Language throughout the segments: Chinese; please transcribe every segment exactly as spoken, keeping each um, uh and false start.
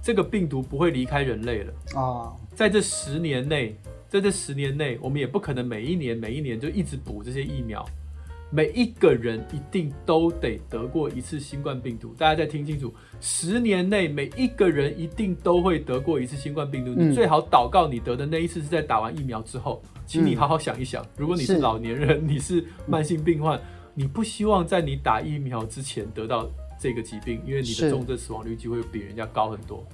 这个病毒不会离开人类了啊。在这十年内，在这十年内，我们也不可能每一年每一年就一直补这些疫苗。每一个人一定都得得过一次新冠病毒，大家再听清楚，十年内每一个人一定都会得过一次新冠病毒。嗯、你最好祷告你得的那一次是在打完疫苗之后，请你好好想一想，嗯、如果你是老年人，你是慢性病患，你不希望在你打疫苗之前得到这个疾病，因为你的重症死亡率就会比人家高很多。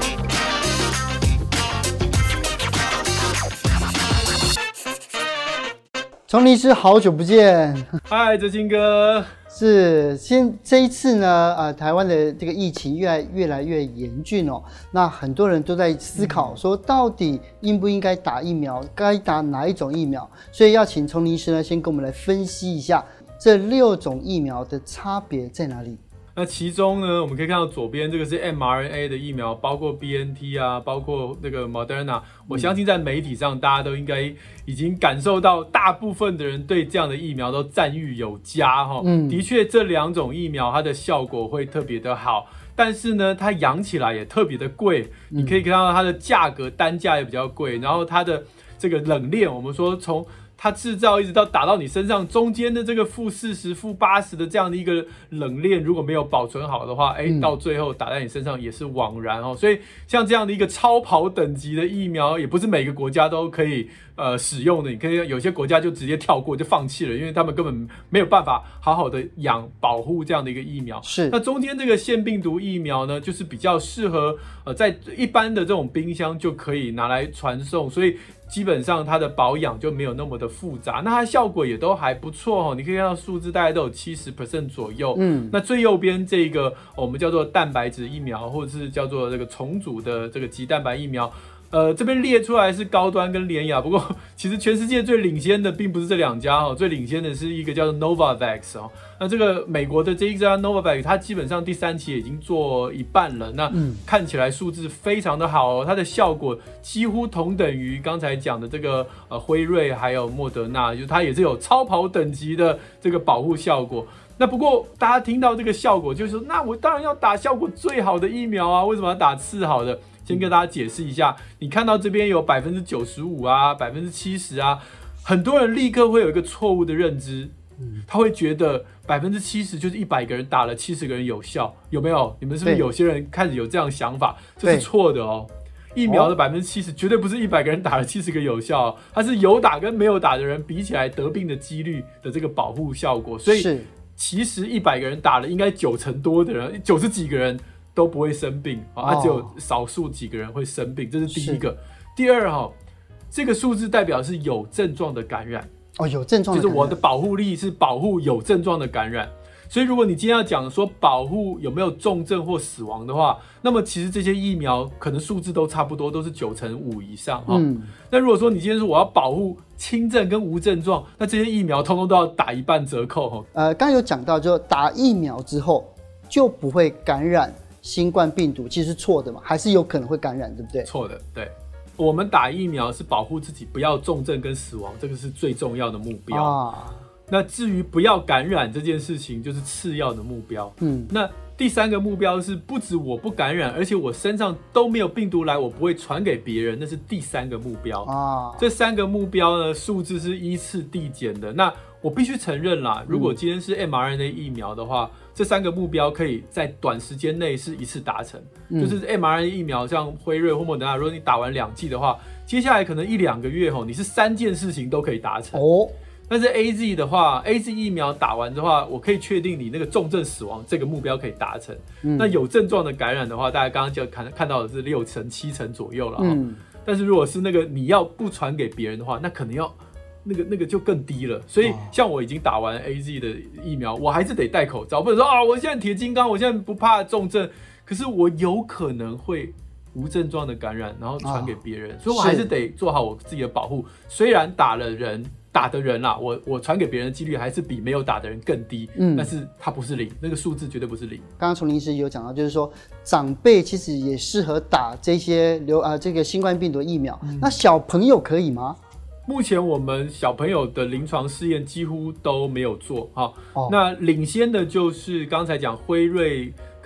丛林医师，好久不见！ 嗨，哲青哥。 是，先这一次呢，呃，台湾的这个疫情越来越来越严峻哦。那很多人都在思考说，到底应不应该打疫苗，该打哪一种疫苗？所以要请丛林医师呢，先跟我们来分析一下这六种疫苗的差别在哪里。 那其中呢，我们可以看到左边这个是 M R N A 的疫苗，包括 B N T 啊，包括那个 Moderna。我相信在媒体上，大家都应该已经感受到，大部分的人对这样的疫苗都赞誉有加哈。嗯，的确，这两种疫苗它的效果会特别的好，但是呢，它养起来也特别的贵。你可以看到它的价格单价也比较贵，然后它的这个冷链，我们说从它制造一直到打到你身上，中间的这个负四十、负八十的这样的一个冷链，如果没有保存好的话，哎、欸，到最后打在你身上也是枉然哦。所以像这样的一个超跑等级的疫苗，也不是每个国家都可以呃使用的。你可以有些国家就直接跳过，就放弃了，因为他们根本没有办法好好的养保护这样的一个疫苗。 是。 那中间这个腺病毒疫苗呢，就是比较适合呃在一般的这种冰箱就可以拿来传送，所以基本上它的保养就没有那么的复杂，那它效果也都还不错哦。你可以看到数字大概都有 百分之七十 左右。嗯，那最右边这个我们叫做蛋白质疫苗，或者是叫做这个重组的这个棘蛋白疫苗。呃，这边列出来是高端跟联雅，不过其实全世界最领先的并不是这两家哦，最领先的是一个叫做 Novavax 哦。那这个美国的这一家 Novavax， 它基本上第三期已经做一半了，那看起来数字非常的好哦，它的效果几乎同等于刚才讲的这个呃辉瑞还有莫德纳，就是它也是有超跑等级的这个保护效果。那不过大家听到这个效果，就是说，那我当然要打效果最好的疫苗啊，为什么要打次好的？先跟大家解释一下，你看到这边有 百分之九十五 啊 百分之七十 啊，很多人立刻会有一个错误的认知，他会觉得 百分之七十 就是一百个人打了七十个人有效，有没有？你们是不是有些人开始有这样想法？这是错的哦。疫苗的 百分之七十 绝对不是一百个人打了七十个有效、哦，它是有打跟没有打的人比起来得病的几率的这个保护效果，所以其实一百个人打了，应该九成多的人，九十几个人都不会生病啊，只有少数几个人会生病，这是第一个。第二哈，这个数字代表是有症状的感染哦，有症状的感染， 就是我的保护力是保护有症状的感染。所以如果你今天要讲说保护有没有重症或死亡的话，那么其实这些疫苗可能数字都差不多，都是九成五以上哈。嗯，那如果说你今天说我要保护轻症跟无症状，那这些疫苗通通都要打一半折扣哈。 呃，刚刚有讲到，就打疫苗之后就不会感染新冠病毒，其实是错的嘛，还是有可能会感染，对不对？ 错的，对。我们打疫苗是保护自己不要重症跟死亡，这个是最重要的目标啊。那至于不要感染这件事情，就是次要的目标。嗯，那第三个目标是不止我不感染，而且我身上都没有病毒来，我不会传给别人，那是第三个目标啊。这三个目标呢，数字是依次递减的。那我必须承认啦，如果今天是 M R N A 疫苗的话，嗯、这三个目标可以在短时间内是一次达成。嗯、就是 M R N A 疫苗，像辉瑞或莫德纳，如果你打完两剂的话，接下来可能一两个月后，你是三件事情都可以达成。哦。但是 A Z 的话 ，A Z 疫苗打完的话，我可以确定你那个重症死亡这个目标可以达成。嗯、那有症状的感染的话，大家刚刚就看看到的是六成、七成左右了。嗯。但是如果是那个你要不传给别人的话，那可能要那个那个就更低了。所以像我已经打完 A Z 的疫苗，我还是得戴口罩，不能说啊，我现在铁金刚，我现在不怕重症，可是我有可能会无症状的感染，然后传给别人，哦、所以我还是得做好我自己的保护。虽然打了人。打的人啦，我我传给别人的几率还是比没有打的人更低，嗯，但是它不是零，那个数字绝对不是零。 刚刚丛林医师有讲到，就是说长辈其实也适合打这些流啊这个新冠病毒疫苗，嗯、那小朋友可以吗？ 目前我们小朋友的临床试验几乎都没有做哈，哦、那领先的就是刚才讲辉瑞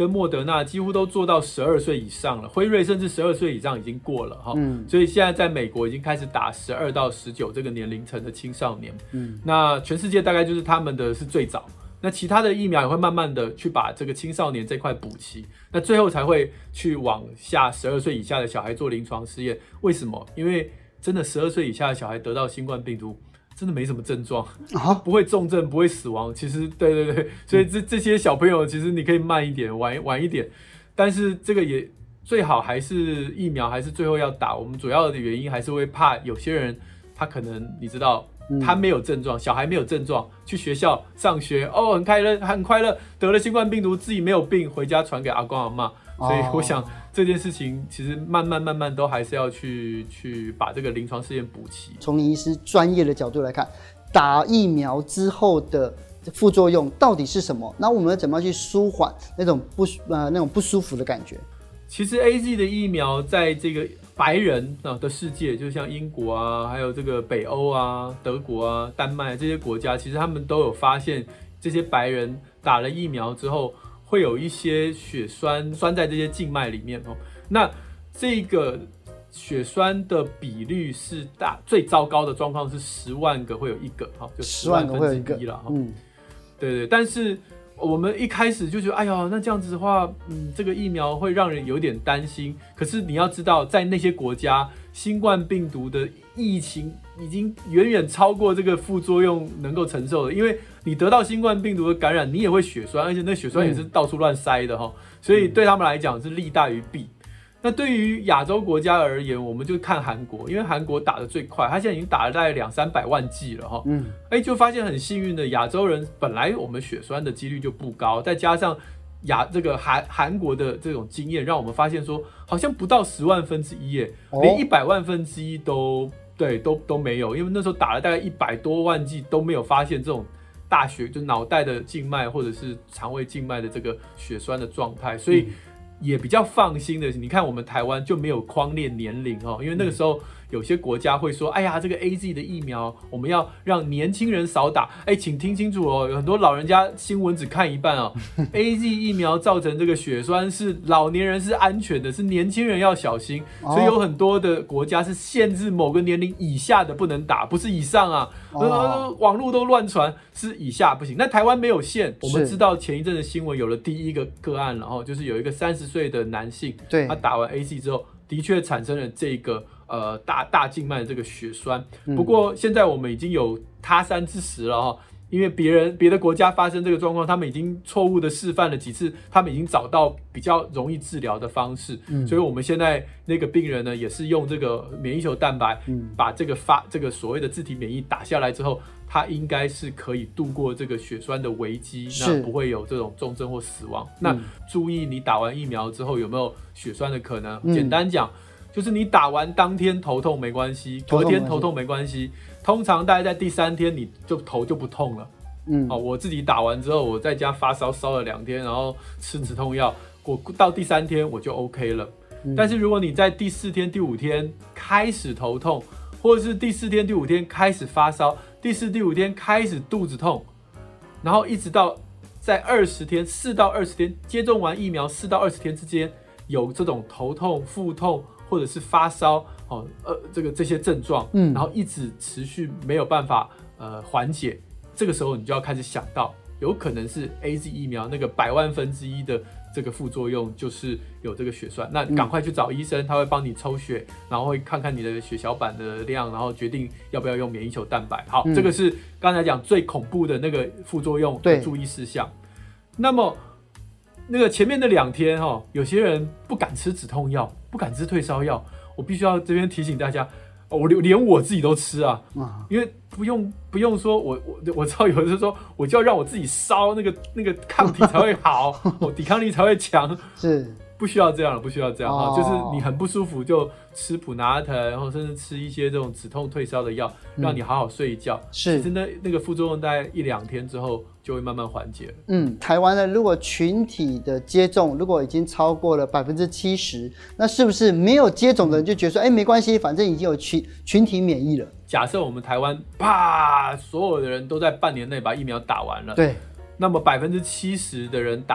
跟莫德纳几乎都做到十二岁以上了，辉瑞甚至十二岁以上已经过了哈、嗯，所以现在在美国已经开始打十二到十九这个年龄层的青少年，嗯，那全世界大概就是他们的是最早，那其他的疫苗也会慢慢的去把这个青少年这块补齐，那最后才会去往下十二岁以下的小孩做临床试验。为什么？因为真的十二岁以下的小孩得到新冠病毒真的没什么症状，啊、不会重症，不会死亡。其实，对对对，所以这这些小朋友，其实你可以慢一点，晚晚一点。但是这个也最好还是疫苗，还是最后要打。我们主要的原因还是会怕有些人，他可能你知道，他没有症状，小孩没有症状，去学校上学，哦，很快乐，很快乐，得了新冠病毒，自己没有病，回家传给阿公阿嬷。所以我想这件事情其实慢慢慢慢都还是要去去把这个临床试验补齐。 从医师专业的角度来看，打疫苗之后的副作用到底是什么？那我们怎么样去舒缓那种不呃那种不舒服的感觉？ 其实 A Z 的疫苗在这个白人的世界，就像英国啊，还有这个北欧啊、德国啊、丹麦这些国家，其实他们都有发现，这些白人打了疫苗之后，会有一些血栓栓在这些静脉里面哦。那这个血栓的比率是大最糟糕的状况是十万个会有一个哈，就十万分之一了哈。嗯，对对。但是我们一开始就觉得，哎呀，那这样子的话，嗯，这个疫苗会让人有点担心。可是你要知道，在那些国家，新冠病毒的疫情已经远远超过这个副作用能够承受的，因为你得到新冠病毒的感染，你也会血栓，而且那血栓也是到处乱塞的哈、嗯，所以对他们来讲是利大于弊。那对于亚洲国家而言，我们就看韩国，因为韩国打得最快，他现在已经打了大概两三百万剂了哈，嗯，哎，就发现很幸运的，亚洲人本来我们血栓的几率就不高，再加上亚这个韩韩国的这种经验，让我们发现说，好像不到十万分之一耶，连一百万分之一都对都都没有，因为那时候打了大概一百多万剂都没有发现这种大血就脑袋的静脉或者是肠胃静脉的这个血栓的状态，所以也比较放心的。你看我们台湾就没有匡列年龄哦，因为那个时候有些国家会说，哎呀，这个 A Z 的疫苗我们要让年轻人少打。哎，请听清楚哦，有很多老人家新闻只看一半哦。A Z 疫苗造成这个血栓是老年人是安全的，是年轻人要小心。所以有很多的国家是限制某个年龄以下的不能打，不是以上啊。呃，网络都乱传，是以下不行。那台湾没有限，我们知道前一阵的新闻有了第一个个案了哈，就是有一个三十岁的男性，对，他打完 A Z 之后，的确产生了这个。呃，大大静脉的这个血栓，不过现在我们已经有他山之石了哈，因为别人别的国家发生这个状况，他们已经错误的示范了几次，他们已经找到比较容易治疗的方式，嗯、所以我们现在那个病人呢，也是用这个免疫球蛋白，嗯、把这个发这个所谓的自体免疫打下来之后，他应该是可以度过这个血栓的危机，那不会有这种重症或死亡。嗯、那注意你打完疫苗之后有没有血栓的可能？嗯、简单讲。就是你打完当天头痛没关系，隔天头痛没关系，通常大概在第三天你就头就不痛了。嗯，哦，我自己打完之后，我在家发烧烧了两天，然后吃止痛药，我到第三天我就 OK 了。嗯、但是如果你在第四天、第五天开始头痛，或者是第四天、第五天开始发烧，第四、第五天开始肚子痛，然后一直到在二十天，四到二十天接种完疫苗四到二十天之间有这种头痛、腹痛。或者是发烧，哦，呃，这个这些症状，嗯，然后一直持续没有办法呃缓解，这个时候你就要开始想到，有可能是 A Z 疫苗那个百万分之一的这个副作用，就是有这个血栓，那赶快去找医生，他会帮你抽血，然后会看看你的血小板的量，然后决定要不要用免疫球蛋白。好，嗯、这个是刚才讲最恐怖的那个副作用的注意事项。那么那个前面的两天哈、哦，有些人不敢吃止痛药，不敢吃退烧药，我必须要这边提醒大家，我连我自己都吃啊，因为不用不用说我我我知道有人说我就要让我自己烧那个那个抗体才会好，我抵抗力才会强，是不需要这样了，不需要这样哈、哦，就是你很不舒服就吃普拿疼，然后甚至吃一些这种止痛退烧的药，让你好好睡一觉。是，其实那那个副作用大概一两天之后就会慢慢缓解了。嗯， 台湾呢，如果群体的接种如果已经超过了百分之七十，那是不是没有接种的人就觉得说，哎、欸，没关系，反正已经有群群体免疫了？ 假设我们台湾啪，所有的人都在半年内把疫苗打完了，对，那么百分之七十的人打。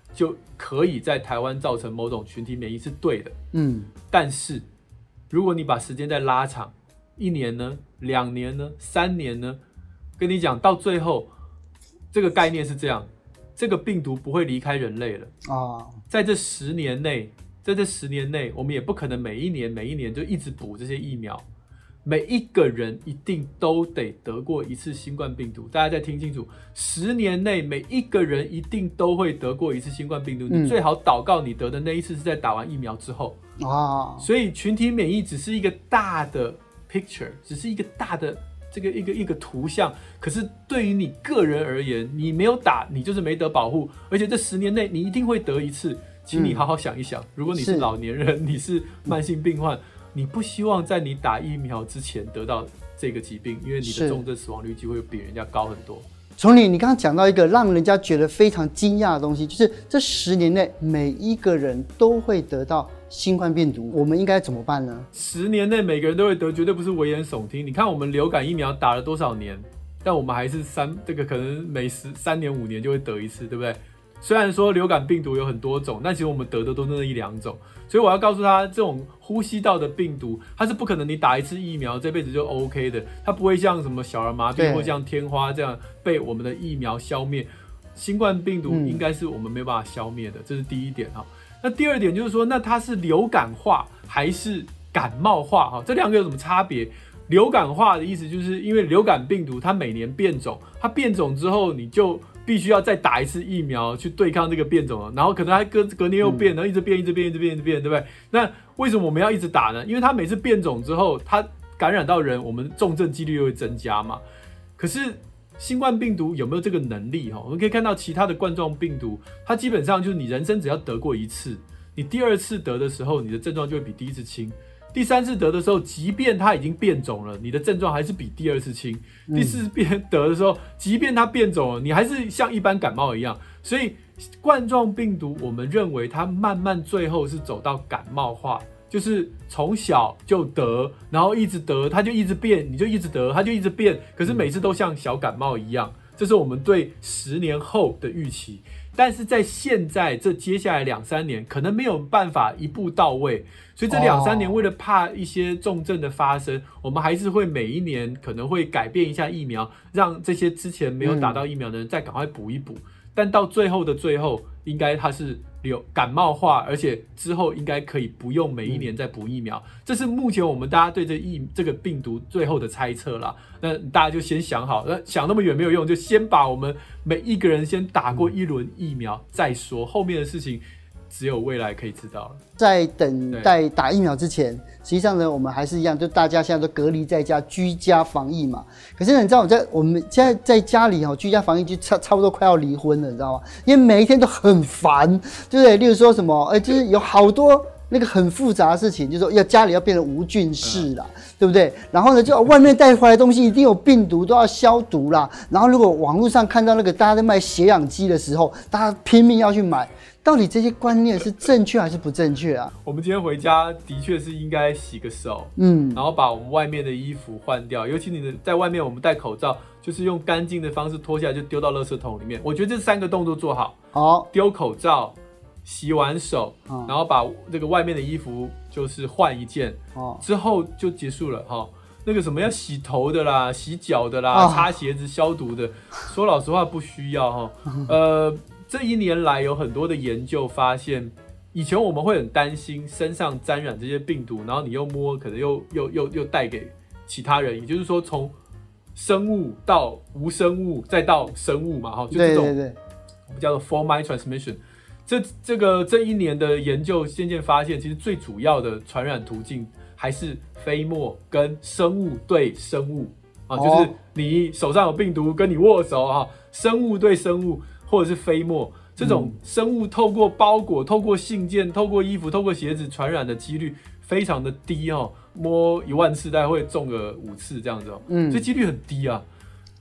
就可以在台湾造成某种群体免疫是对的。 嗯， 但是如果你把时间再拉长，一年呢，两年呢，三年呢，跟你讲到最后，这个概念是这样，这个病毒不会离开人类了啊，在这十年内。在这十年内，我们也不可能每一年每一年就一直补这些疫苗，每一个人一定都得得过一次新冠病毒。大家再听清楚，十年内每一个人一定都会得过一次新冠病毒。嗯、你最好祷告你得的那一次是在打完疫苗之后啊。所以群体免疫只是一个大的 picture， 只是一个大的这个一个一个图像。可是对于你个人而言，你没有打，你就是没得保护，而且这十年内你一定会得一次。请你好好想一想，嗯、如果你是老年人，你是慢性病患，你不希望在你打疫苗之前得到这个疾病，因为你的重症死亡率机会比人家高很多。 从你你刚刚讲到一个让人家觉得非常惊讶的东西，就是这十年内每一个人都会得到新冠病毒，我们应该怎么办呢？ 十年内每个人都会得，绝对不是危言耸听。你看我们流感疫苗打了多少年，但我们还是三这个可能每十三年五年就会得一次，对不对？虽然说流感病毒有很多种，但其实我们得的都是那一两种，所以我要告诉他，这种呼吸道的病毒，它是不可能你打一次疫苗这辈子就 OK 的，它不会像什么小儿麻痹或像天花这样被我们的疫苗消灭。新冠病毒应该是我们没有办法消灭的，嗯、这是第一点哈。那第二点就是说，那它是流感化还是感冒化哈？这两个有什么差别？流感化的意思就是因为流感病毒它每年变种，它变种之后你就必须要再打一次疫苗去对抗这个变种了，然后可能还隔隔年又变，然后一直变一直变一直变一直变，对不对？那为什么我们要一直打呢？因为它每次变种之后，它感染到人，我们重症几率又会增加嘛。可是新冠病毒有没有这个能力？我们可以看到其他的冠状病毒，它基本上就是你人生只要得过一次，你第二次得的时候，你的症状就会比第一次轻。第三次得的时候，即便它已经变种了，你的症状还是比第二次轻。第四次得的时候，即便它变种了，你还是像一般感冒一样。所以冠状病毒，我们认为它慢慢最后是走到感冒化，就是从小就得，然后一直得，它就一直变，你就一直得，它就一直变，可是每次都像小感冒一样。这是我们对十年后的预期。但是在现在这接下来两三年，可能没有办法一步到位，所以这两三年为了怕一些重症的发生， oh. 我们还是会每一年可能会改变一下疫苗，让这些之前没有打到疫苗的人再赶快补一补。嗯、但到最后的最后，应该它是流感冒化，而且之后应该可以不用每一年再补疫苗。嗯、这是目前我们大家对这疫这个病毒最后的猜测啦。那大家就先想好，那想那么远没有用，就先把我们每一个人先打过一轮疫苗再说，后面的事情只有未来可以知道了。 在等待打疫苗之前，实际上呢，我们还是一样，就大家现在都隔离在家，居家防疫嘛。可是呢，你知道我在我们现在在家里哦，居家防疫就差差不多快要离婚了，你知道吗？因为每一天都很烦，对不对？例如说什么，哎、欸，就是有好多那个很复杂的事情，就是说要家里要变成无菌室啦，嗯、对不对？然后呢，就外面带回来的东西一定有病毒，都要消毒啦。然后如果网络上看到那个大家在卖血氧机的时候，大家拼命要去买。到底这些观念是正确还是不正确啊？ 我们今天回家的确是应该洗个手，嗯，然后把我们外面的衣服换掉，尤其你在外面我们戴口罩，就是用干净的方式脱下来就丢到垃圾桶里面。我觉得这三个动作做好，好，丢口罩、洗完手，嗯、然后把这个外面的衣服就是换一件，哦、之后就结束了哈。那个什么要洗头的啦、洗脚的啦、哦、擦鞋子、消毒的，说老实话不需要哈，呃。这一年来有很多的研究发现，以前我们会很担心身上沾染这些病毒，然后你又摸，可能又又又又带给其他人，也就是说从生物到无生物再到生物嘛，哈，就这种我们叫做 four-mile transmission。这这个这一年的研究渐渐发现，其实最主要的传染途径还是飞沫跟生物对生物啊，就是你手上有病毒跟你握手啊，生物对生物。或者是飞沫，这种生物透过包裹、透过信件、透过衣服、透过鞋子传染的几率非常的低哦，摸一万次大概会中个五次这样子哦，嗯，这几率很低啊。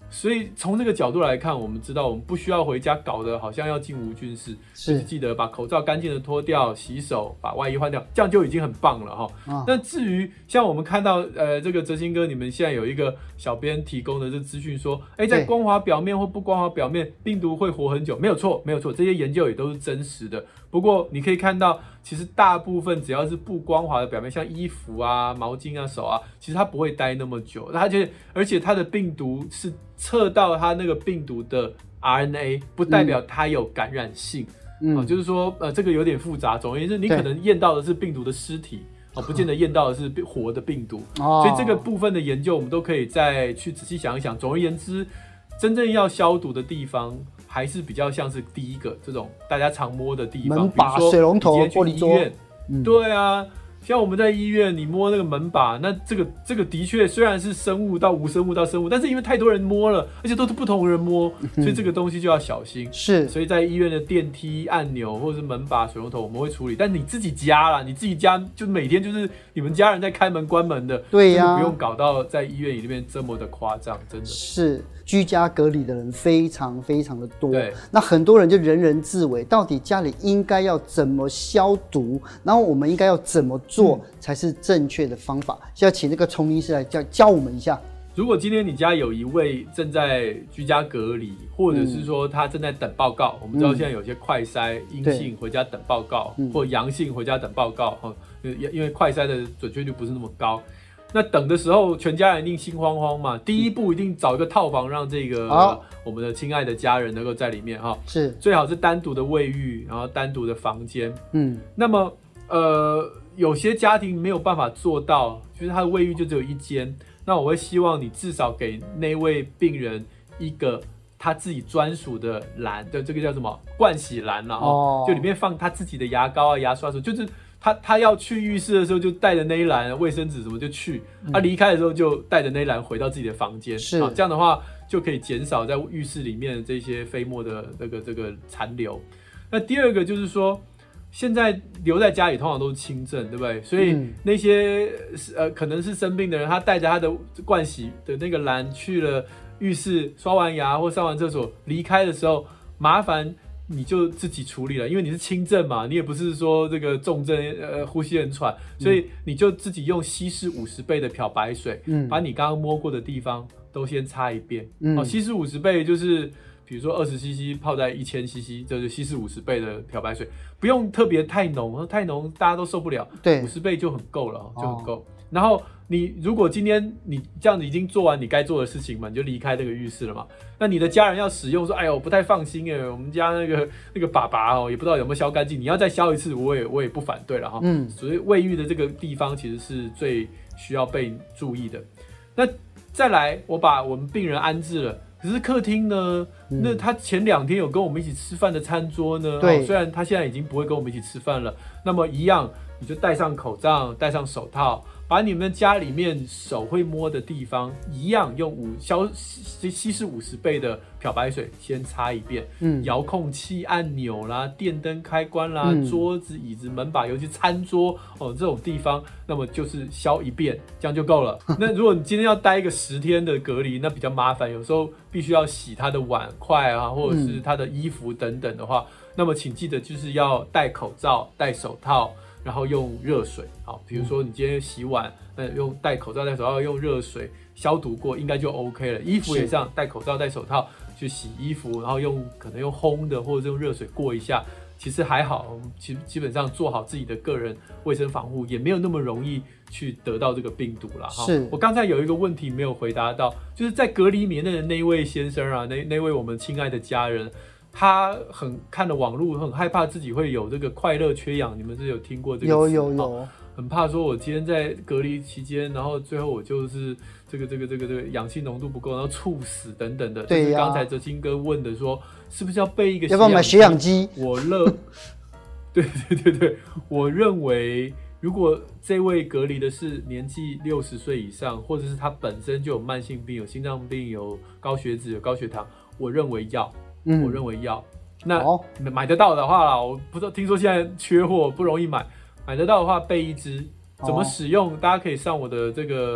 所以从这个角度来看，我们知道我们不需要回家搞得好像要进无菌室，就是记得把口罩干净的脱掉、洗手，把外衣换掉，这样就已经很棒了哈。哦、那至于像我们看到呃这个哲兴哥，你们现在有一个小编提供的这资讯说，哎，在光滑表面或不光滑表面，病毒会活很久，没有错，没有错，这些研究也都是真实的。不过你可以看到，其实大部分只要是不光滑的表面，像衣服啊、毛巾啊、手啊，其实它不会待那么久。它就而且它的病毒是测到它那个病毒的 R N A， 不代表它有感染性。嗯，哦、就是说，呃，这个有点复杂。总而言之，你可能验到的是病毒的尸体，哦，不见得验到的是活的病毒。哦，所以这个部分的研究，我们都可以再去仔细想一想。总而言之，真正要消毒的地方，还是比较像是第一个这种大家常摸的地方， 门把、水龙头、玻璃桌。 嗯、对啊，像我们在医院，你摸那个门把，那这个这个的确虽然是生物到无生物到生物，但是因为太多人摸了，而且都是不同人摸，所以这个东西就要小心。 是， 所以在医院的电梯按钮或者是门把、水龙头我们会处理，但你自己家啦，你自己家就每天就是你们家人在开门关门的， 对呀、啊， 不用搞到在医院里面这么的夸张，真的是。居家隔离的人非常非常的多， 对， 那很多人就人人自危，到底家里应该要怎么消毒，然后我们应该要怎么做才是正确的方法？需要请那个丛医师来教教我们一下。 如果今天你家有一位正在居家隔离，或者是说他正在等报告，嗯、我们知道现在有些快筛阴性回家等报告，嗯、或阳性回家等报告，因为快筛的准确率不是那么高。那等的时候，全家人一定心慌慌嘛。第一步一定找一个套房，让这个、哦、我们的亲爱的家人能够在里面哈。 是， 最好是单独的卫浴，然后单独的房间。 嗯， 那么呃，有些家庭没有办法做到，就是他的卫浴就只有一间。那我会希望你至少给那位病人一个他自己专属的篮，的这个叫什么盥洗篮了哈，哦、就里面放他自己的牙膏啊、牙刷什么，就是。他他要去浴室的时候就带着那一篮卫生纸什么就去，他离开的时候就带着那一篮回到自己的房间， 是啊，这样的话就可以减少在浴室里面的这些飞沫的这个这个残留。那第二个就是说，现在留在家里通常都是轻症，对不对？所以那些、嗯、呃可能是生病的人，他带着他的盥洗的那个篮去了浴室，刷完牙或上完厕所，离开的时候麻烦。你就自己处理了，因为你是轻症嘛，你也不是说这个重症，呃，呼吸很喘，所以你就自己用稀释五十倍的漂白水，嗯，把你刚刚摸过的地方都先擦一遍。嗯，哦，稀释五十倍就是，比如说二十 C C 泡在一千 C C， 就是稀释五十倍的漂白水，不用特别太浓，太浓大家都受不了， 对， 五十倍就很够了，就很够。哦、然后你如果今天你这样子已经做完你该做的事情嘛，你就离开这个浴室了嘛。那你的家人要使用说，哎呦，我不太放心哎，我们家那个那个爸爸哦，也不知道有没有消干净，你要再消一次，我也我也不反对了哈。嗯，所以卫浴的这个地方其实是最需要被注意的。那再来，我把我们病人安置了，可是客厅呢，嗯、那他前两天有跟我们一起吃饭的餐桌呢， 对、哦， 虽然他现在已经不会跟我们一起吃饭了，那么一样，你就戴上口罩，戴上手套。把你们家里面手会摸的地方，一样用五消稀释五十倍的漂白水先擦一遍。嗯，遥控器按钮啦、电灯开关啦、嗯、桌子、椅子、门把，尤其餐桌哦这种地方，那么就是消一遍，这样就够了。那如果你今天要待一个十天的隔离，那比较麻烦，有时候必须要洗他的碗筷啊，或者是他的衣服等等的话，嗯、那么请记得就是要戴口罩、戴手套。然后用热水，好，比如说你今天洗碗，那用戴口罩、戴手套，用热水消毒过，应该就 OK 了。衣服也这样，戴口罩、戴手套去洗衣服，然后用可能用烘的或者是用热水过一下，其实还好。其实基本上做好自己的个人卫生防护，也没有那么容易去得到这个病毒啦。 是我刚才有一个问题没有回答到，就是在隔离棉的那一位先生啊，那那位我们亲爱的家人。他很看了网络，很害怕自己会有这个快乐缺氧。你们是有听过这个词？ 有有有， 很怕说，我今天在隔离期间，然后最后我就是这个这个这个这个氧气浓度不够，然后猝死等等的。 对呀、啊。 就是刚才哲青哥问的说，是不是要备一个？ 要不要买血氧机？ 我乐，对对对对，我认为如果这位隔离的是年纪六十岁以上，或者是他本身就有慢性病、有心脏病、有高血脂、有高血糖，我认为要。嗯、我认为要，那、哦、买得到的话啦，我不知道，听说现在缺货不容易买，买得到的话备一支，怎么使用？哦、大家可以上我的这个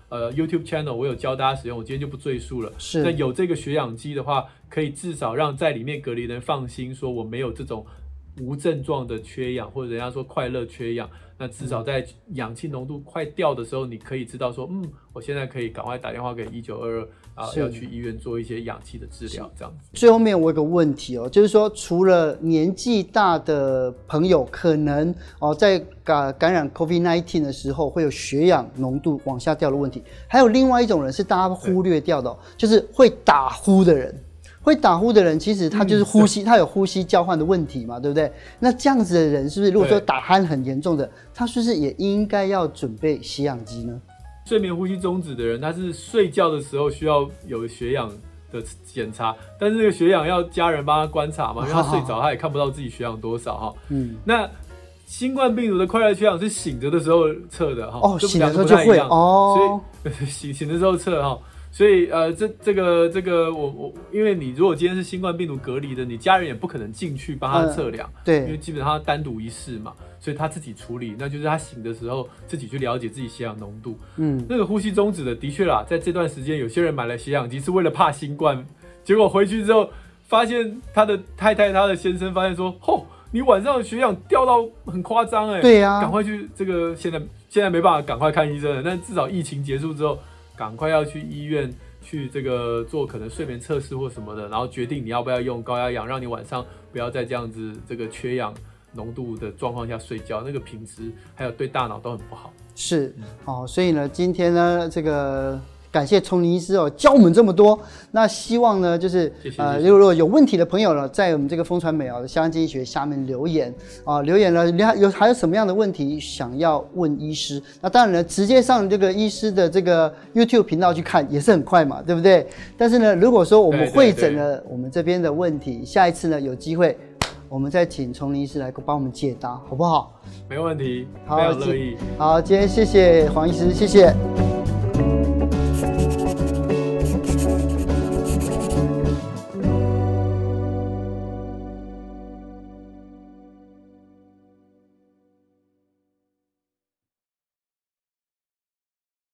呃 YouTube channel 我有教大家使用，我今天就不赘述了。 是。 那有这个血氧机的话，可以至少让在里面隔离的人放心，说我没有这种无症状的缺氧，或者人家说快乐缺氧。那至少在氧气浓度快掉的时候，你可以知道说，嗯，我现在可以赶快打电话给一九二二啊，要去医院做一些氧气的治疗，这样子。 最后面我有个问题哦，就是说，除了年纪大的朋友可能哦在感感染 COVID 十九 的时候会有血氧浓度往下掉的问题，还有另外一种人是大家忽略掉的哦，就是会打呼的人。会打呼的人，其实他就是呼吸，嗯、他有呼吸交换的问题嘛，对不对？那这样子的人，是不是如果说打鼾很严重的，他是不是也应该要准备血氧机呢？ 睡眠呼吸中止的人，他是睡觉的时候需要有血氧的检查，但是这个血氧要家人帮他观察嘛，因为他睡着他也看不到自己血氧多少哈。嗯，那新冠病毒的快乐缺氧是醒着的时候测的哈， 哦，醒的时候就会哦，所以醒醒的时候测哈。所以呃，这这个这个我我，因为你如果今天是新冠病毒隔离的，你家人也不可能进去帮他测量， 嗯，对， 因为基本上他单独一室嘛，所以他自己处理，那就是他醒的时候自己去了解自己血氧浓度。嗯，那个呼吸中止的，的确啦，在这段时间，有些人买了血氧机是为了怕新冠，结果回去之后发现他的太太、他的先生发现说，吼，你晚上的血氧掉到很夸张哎， 对呀， 赶快去这个现在现在没办法赶快看医生了，但至少疫情结束之后。赶快要去医院去这个做可能睡眠测试或什么的，然后决定你要不要用高压氧，让你晚上不要再这样子这个缺氧浓度的状况下睡觉，那个品质还有对大脑都很不好。 是，哦，所以呢，今天呢，这个。感谢丛林医师哦，教我们这么多。那希望呢，就是谢谢呃，如果有问题的朋友呢，在我们这个风传美哦的相关经济学下面留言啊、呃，留言呢，有还有什么样的问题想要问医师？那当然呢，直接上这个医师的这个 YouTube 频道去看也是很快嘛，对不对？但是呢，如果说我们会诊了我们这边的问题，下一次呢有机会，我们再请丛林医师来帮我们解答，好不好？ 没问题，非常乐意。 好，今天谢谢黄医师，谢谢。